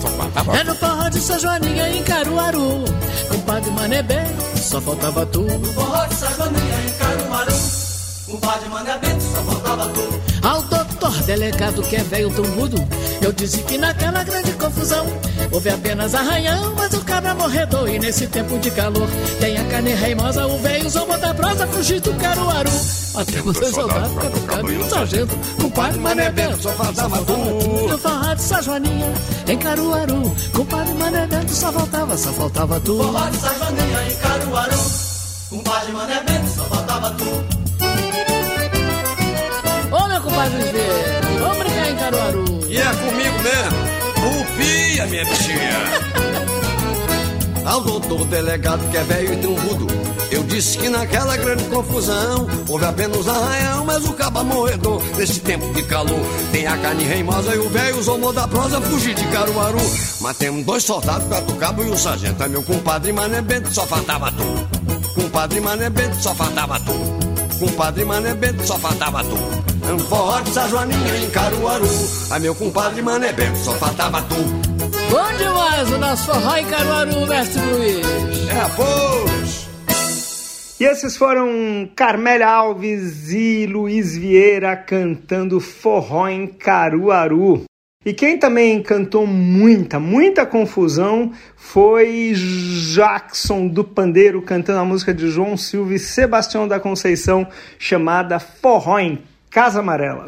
faltava É no forró de São Joaninha em Caruaru. Compadre Mané Bento, só faltava tu. No forró de São Joaninha em Caruaru. Compadre Mané Bento, só faltava tu. Ao doutor delegado que é velho trombudo, eu disse que naquela grande confusão houve apenas arranhão, mas o cabra morredor. E nesse tempo de calor tem a carne reimosa, o velho zombo da prosa fugir do Caruaru. Matemos dois soldados, cabo e um sargento. Compadre Mané Bento, só faltava tu. No forró de São Joaninha em Caruaru. Compadre Mané Bento, só faltava tu. No forró de São Joaninha em Caruaru. Compadre Mané Bento, só faltava tu. Ô meu compadre Vieira, vamos brincar em Caruaru. E é comigo mesmo, rupia minha bichinha. Ao doutor delegado que é velho e trombudo, eu disse que naquela grande confusão houve apenas arranhão, mas o caba morredor. Nesse tempo de calor tem a carne reimosa e o velho zombo da prosa fugir de Caruaru. Matemos dois soldados, quatro cabos e um sargento. É meu compadre Mané Bento, só faltava tu. Compadre Mané Bento, só faltava tu. Compadre Mané Bento, só faltava tu. É um forró de São Joaninha em Caruaru. Ai meu compadre Mané Bento, só faltava tu. Bom demais o nosso forró em Caruaru, mestre Luiz. É, pois. E esses foram Carmélia Alves e Luiz Vieira cantando forró em Caruaru. E quem também cantou muita confusão foi Jackson do Pandeiro, cantando a música de João Silva e Sebastião da Conceição, chamada Forró em Casa Amarela.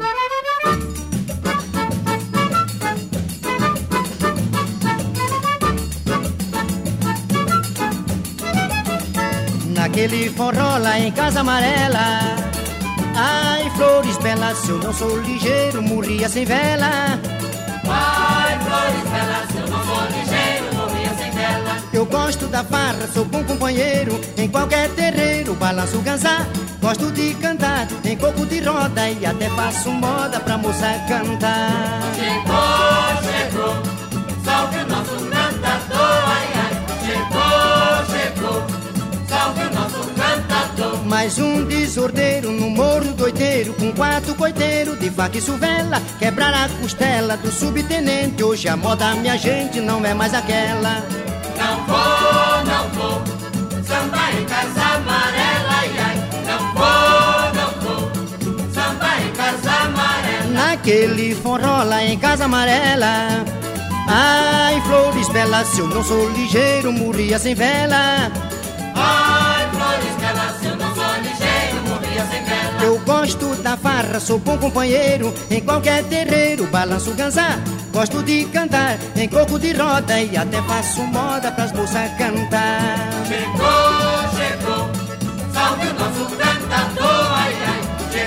Naquele forró lá em Casa Amarela, ai, flores belas, se eu não sou ligeiro, morria sem vela. Ai, flores belas, eu não sou ligeiro, morria sem vela. Eu gosto da farra, sou bom companheiro, em qualquer terreiro balanço o ganzá. Gosto de cantar em coco de roda e até faço moda pra moça cantar. Chegou, salve o nosso cantador, ai, ai. Chegou, salve o nosso cantador. Mais um desordeiro no morro doideiro, com quatro coiteiros de faca e suvela. Quebrar a costela do subtenente, hoje a moda, minha gente, não é mais aquela. Não vou, samba em Casa Amarela, ai, ai. Não vou, samba em Casa Amarela. Naquele forró lá em Casa Amarela, ai, flores belas, se eu não sou ligeiro, morria sem vela. Ai, flores belas, eu não sou ligeiro, morria sem vela. Eu gosto da farra, sou bom companheiro, em qualquer terreiro balanço o ganzá. Gosto de cantar em coco de roda e até faço moda pras moças cantar. Chegou, salve o nosso cantador, ai, ai.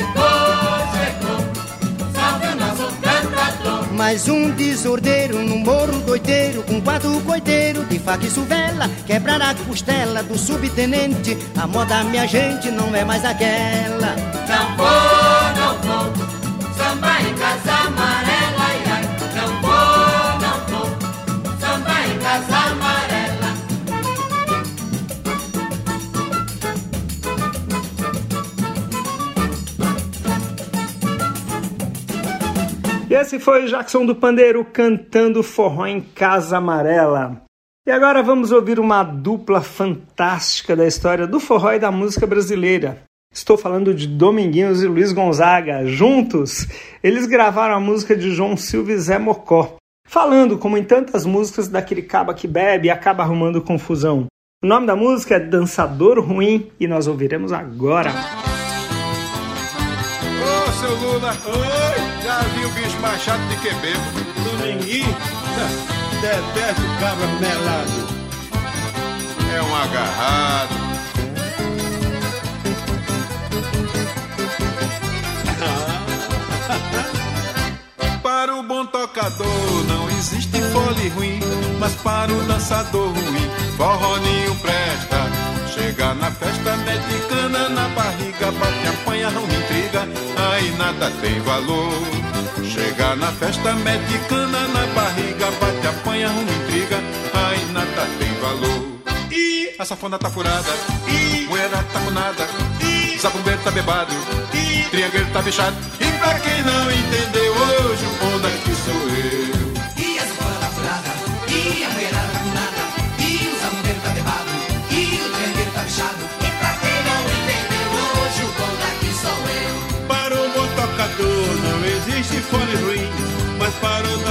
Chegou, salve o nosso cantador. Mais um desordeiro no morro doideiro, com quatro coiteiros de faca e suvela. Quebrar a costela do subtenente, a moda, minha gente, não é mais aquela. Não vou, samba em Casa Amarela, ai, ai. Não vou, samba em Casa Amarela. E esse foi Jackson do Pandeiro cantando Forró em Casa Amarela. E agora vamos ouvir uma dupla fantástica da história do forró e da música brasileira. Estou falando de Dominguinhos e Luiz Gonzaga. Juntos, eles gravaram a música de João Silva e Zé Mocó, falando, como em tantas músicas, daquele caba que bebe e acaba arrumando confusão. O nome da música é Dançador Ruim e nós ouviremos agora. Ô, seu Lula, oi, já vi o bicho mais chato de que bebo. Dominguinho, detesto cabra melado. É um agarrado. Para o bom tocador não existe fole ruim, mas para o dançador ruim, forró nenhum presta. Chega na festa, mete cana na barriga, bate, apanha, não me intriga, aí nada tem valor. Chega na festa, mete cana na barriga, bate, apanha, não me intriga, aí nada tem valor. E a safona tá furada, e moeda tá com nada, e zabumbeiro tá bebado, e triangueiro tá bichado. E pra quem não entendeu hoje, o bom daqui sou eu. E a safona tá furada, e a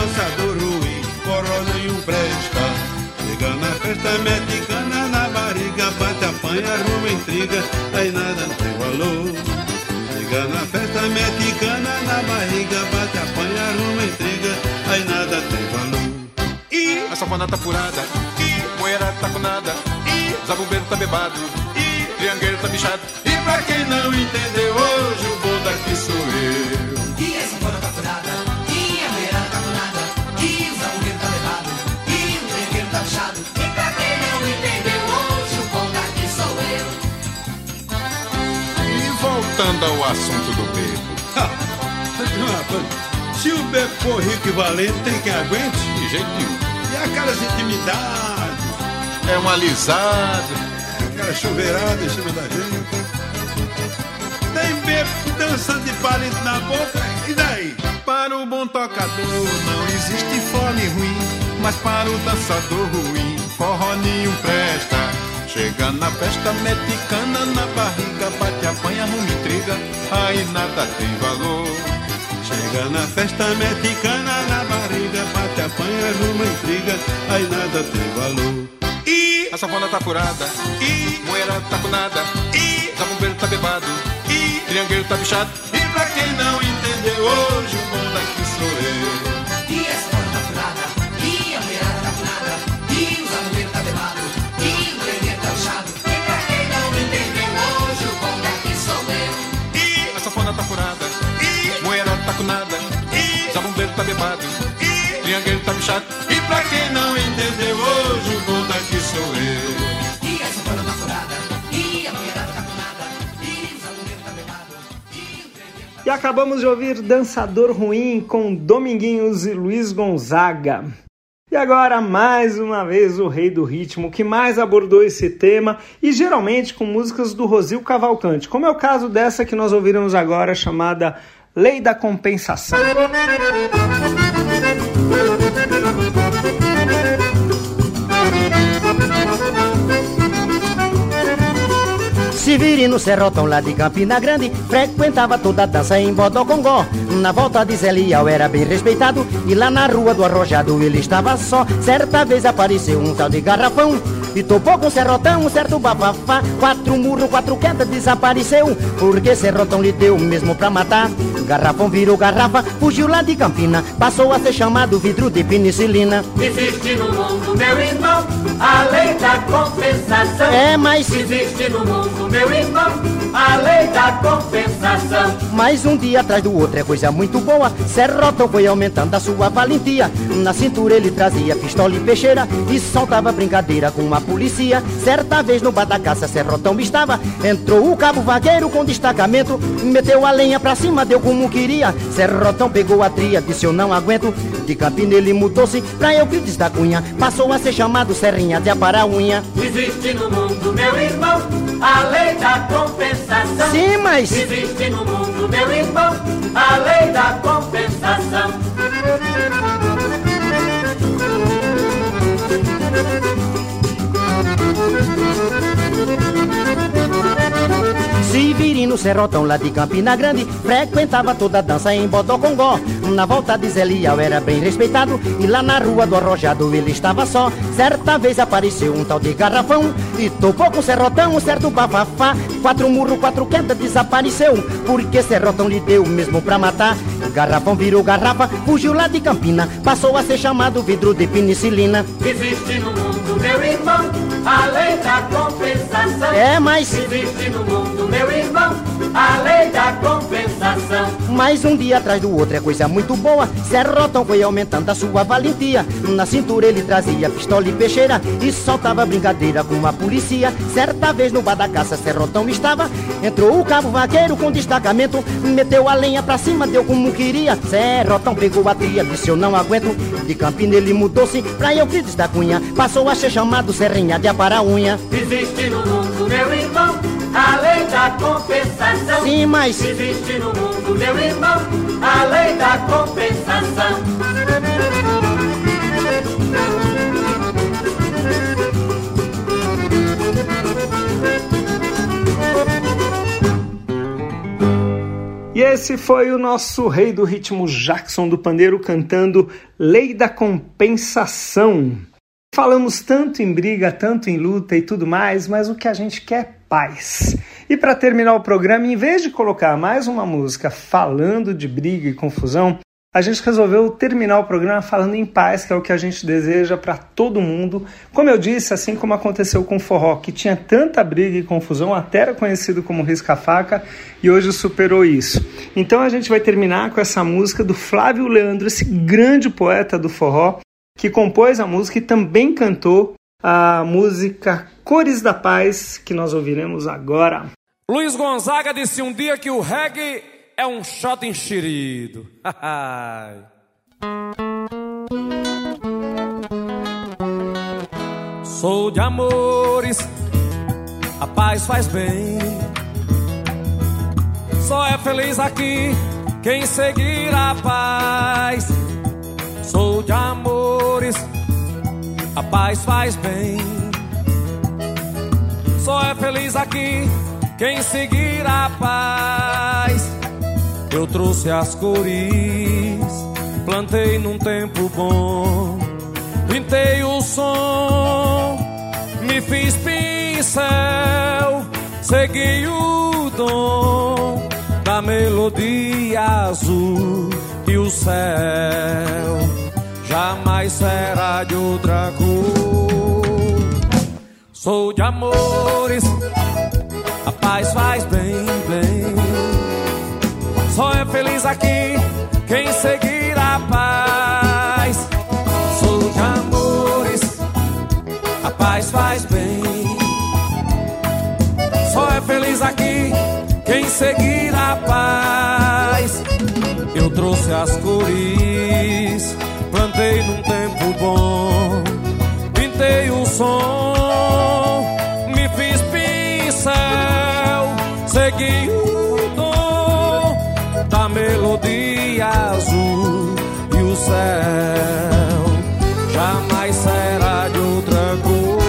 dançador ruim, forró nenhum presta. Chega na festa, mete cana na barriga, bate, apanha, arruma intriga, aí nada tem valor. Chega na festa, mete cana na barriga, bate, apanha, arruma intriga, aí nada tem valor. E a sanfona tá furada, e moeira tá com nada, e zabumbeiro tá bebado, e triangueiro tá bichado. E pra quem não entendeu hoje, o bom daqui sou eu. E a sanfona tá furada, e a moeira tá com nada, e o zabumbeiro tá bebado, e o triangueiro tá bichado. E pra quem não entendeu hoje, o bom daqui sou eu. E voltando ao assunto do bebo. Se o bebo for rico e valente, tem quem aguente? De jeito nenhum. E aquelas intimidades? É uma alisada. Aquela chuveirada em cima da gente. Tem bebo que dança de palito na boca, e daí? Para o bom tocador não existe fone ruim, mas para o dançador ruim, forró nenhum presta. Chega na festa, mete cana na barriga, bate, apanha, arruma intriga, aí nada tem valor. Chega na festa, mete cana na barriga, bate, apanha, arruma intriga, aí nada tem valor. E a sanfona tá furada, e moeira tá com nada, e zabumbeiro tá bebado, e triangueiro tá bichado. E pra quem não entendeu hoje, o bom daqui sou eu. E a sanfona tá furada, e a moeira tá com nada, e o zabumbeiro tá bebado, e o triangueiro tá bichado. E pra quem não entendeu hoje, o bom daqui sou eu. E a sanfona tá furada, e moeira tá com nada, e zabumbeiro tá bebado, e triangueiro tá bichado. E pra quem não entendeu hoje, o bom daqui sou eu. E a sanfona tá furada, e a moeira tá com nada, e o zabumbeiro tá bebado, e o triangueiro tá... E acabamos de ouvir Dançador Ruim com Dominguinhos e Luiz Gonzaga. E agora, mais uma vez, o rei do ritmo que mais abordou esse tema, e geralmente com músicas do Rosil Cavalcante, como é o caso dessa que nós ouviremos agora, chamada Lei da Compensação. Severino Serrotão lá de Campina Grande frequentava toda a dança em Bodocongó. Na volta de Zé Lial era bem respeitado, e lá na rua do Arrojado ele estava só. Certa vez apareceu um tal de Garrafão e topou com Serrotão um certo bafafá. 4 murros, 4 quedas, desapareceu, porque Serrotão lhe deu mesmo pra matar. Garrafão virou garrafa, fugiu lá de Campina, passou a ser chamado vidro de penicilina. Existe no mundo, meu irmão, a lei da compensação. É, mas existe no mundo, meu irmão, a lei da compensação. Mas um dia atrás do outro é coisa muito boa. Serrotão foi aumentando a sua valentia. Na cintura ele trazia pistola e peixeira e soltava brincadeira com a polícia. Certa vez no bar da caça Serrotão estava, entrou o cabo vaqueiro com destacamento, meteu a lenha pra cima, deu como queria. Serrotão pegou a tria, disse eu não aguento. De Campina ele mudou-se pra Euclides da Cunha, passou a ser chamado Serrinha de Aparar Unha. Existe no mundo, meu irmão, a lei da compensação. Sim, mas existe no mundo, meu irmão, a lei da compensação. Severino Serrotão lá de Campina Grande frequentava toda a dança em Bodocongó. Na volta de Zé Lial era bem respeitado, e lá na rua do Arrojado ele estava só. Certa vez apareceu um tal de Garrafão e topou com Serrotão um certo bafafá. 4 murros, 4 quedas, desapareceu, porque Serrotão lhe deu mesmo pra matar. Garrafão virou garrafa, fugiu lá de Campina, passou a ser chamado vidro de penicilina. Existe no mundo, meu irmão, a lei da compensação. É, mas existe no mundo, meu irmão, a lei da compensação. Mas um dia atrás do outro é coisa muito boa. Serrotão foi aumentando a sua valentia. Na cintura ele trazia pistola e peixeira e soltava brincadeira com a polícia. Certa vez no bar da caça Serrotão estava, entrou o cabo vaqueiro com destacamento, meteu a lenha pra cima, deu como queria. Serrotão pegou a tria, disse eu não aguento. De Campina ele mudou-se pra Euclides da Cunha, passou a ser chamado Serrinha de Aparar Unha. Existe no mundo, meu irmão, a lei da compensação. Sim, mas existe no mundo, meu irmão, a lei da compensação. E esse foi o nosso rei do ritmo Jackson do Pandeiro cantando Lei da Compensação. Falamos tanto em briga, tanto em luta e tudo mais, mas o que a gente quer é paz. E para terminar o programa, em vez de colocar mais uma música falando de briga e confusão, a gente resolveu terminar o programa falando em paz, que é o que a gente deseja para todo mundo. Como eu disse, assim como aconteceu com o forró, que tinha tanta briga e confusão, até era conhecido como risca-faca, e hoje superou isso. Então a gente vai terminar com essa música do Flávio Leandro, esse grande poeta do forró, que compôs a música e também cantou a música Cores da Paz, que nós ouviremos agora. Luiz Gonzaga disse um dia que o reggae é um shot enxerido. Sou de amores, a paz faz bem. Só é feliz aqui quem seguir a paz. Sou de amores, a paz faz bem. Só é feliz aqui quem seguir a paz. Eu trouxe as cores, plantei num tempo bom, pintei o som, me fiz pincel, segui o dom da melodia azul e o céu jamais será de outra cor. Sou de amores, a paz faz bem, bem. Só é feliz aqui quem seguir a paz. Sou de amores, a paz faz bem. Só é feliz aqui quem seguir a paz. Eu trouxe as cores, plantei num tempo bom, pintei o som, me fiz pincel, segui o dom da melodia azul e o céu jamais será de outra cor.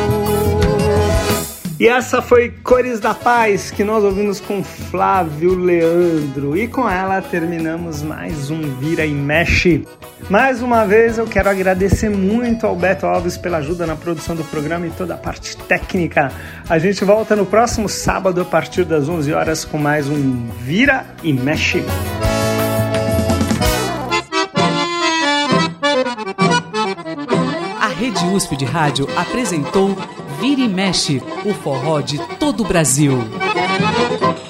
E essa foi Cores da Paz, que nós ouvimos com Flávio Leandro. E com ela terminamos mais um Vira e Mexe. Mais uma vez eu quero agradecer muito ao Beto Alves pela ajuda na produção do programa e toda a parte técnica. A gente volta no próximo sábado a partir das 11 horas com mais um Vira e Mexe. A Rede USP de Rádio apresentou Vira e Mexe, o forró de todo o Brasil.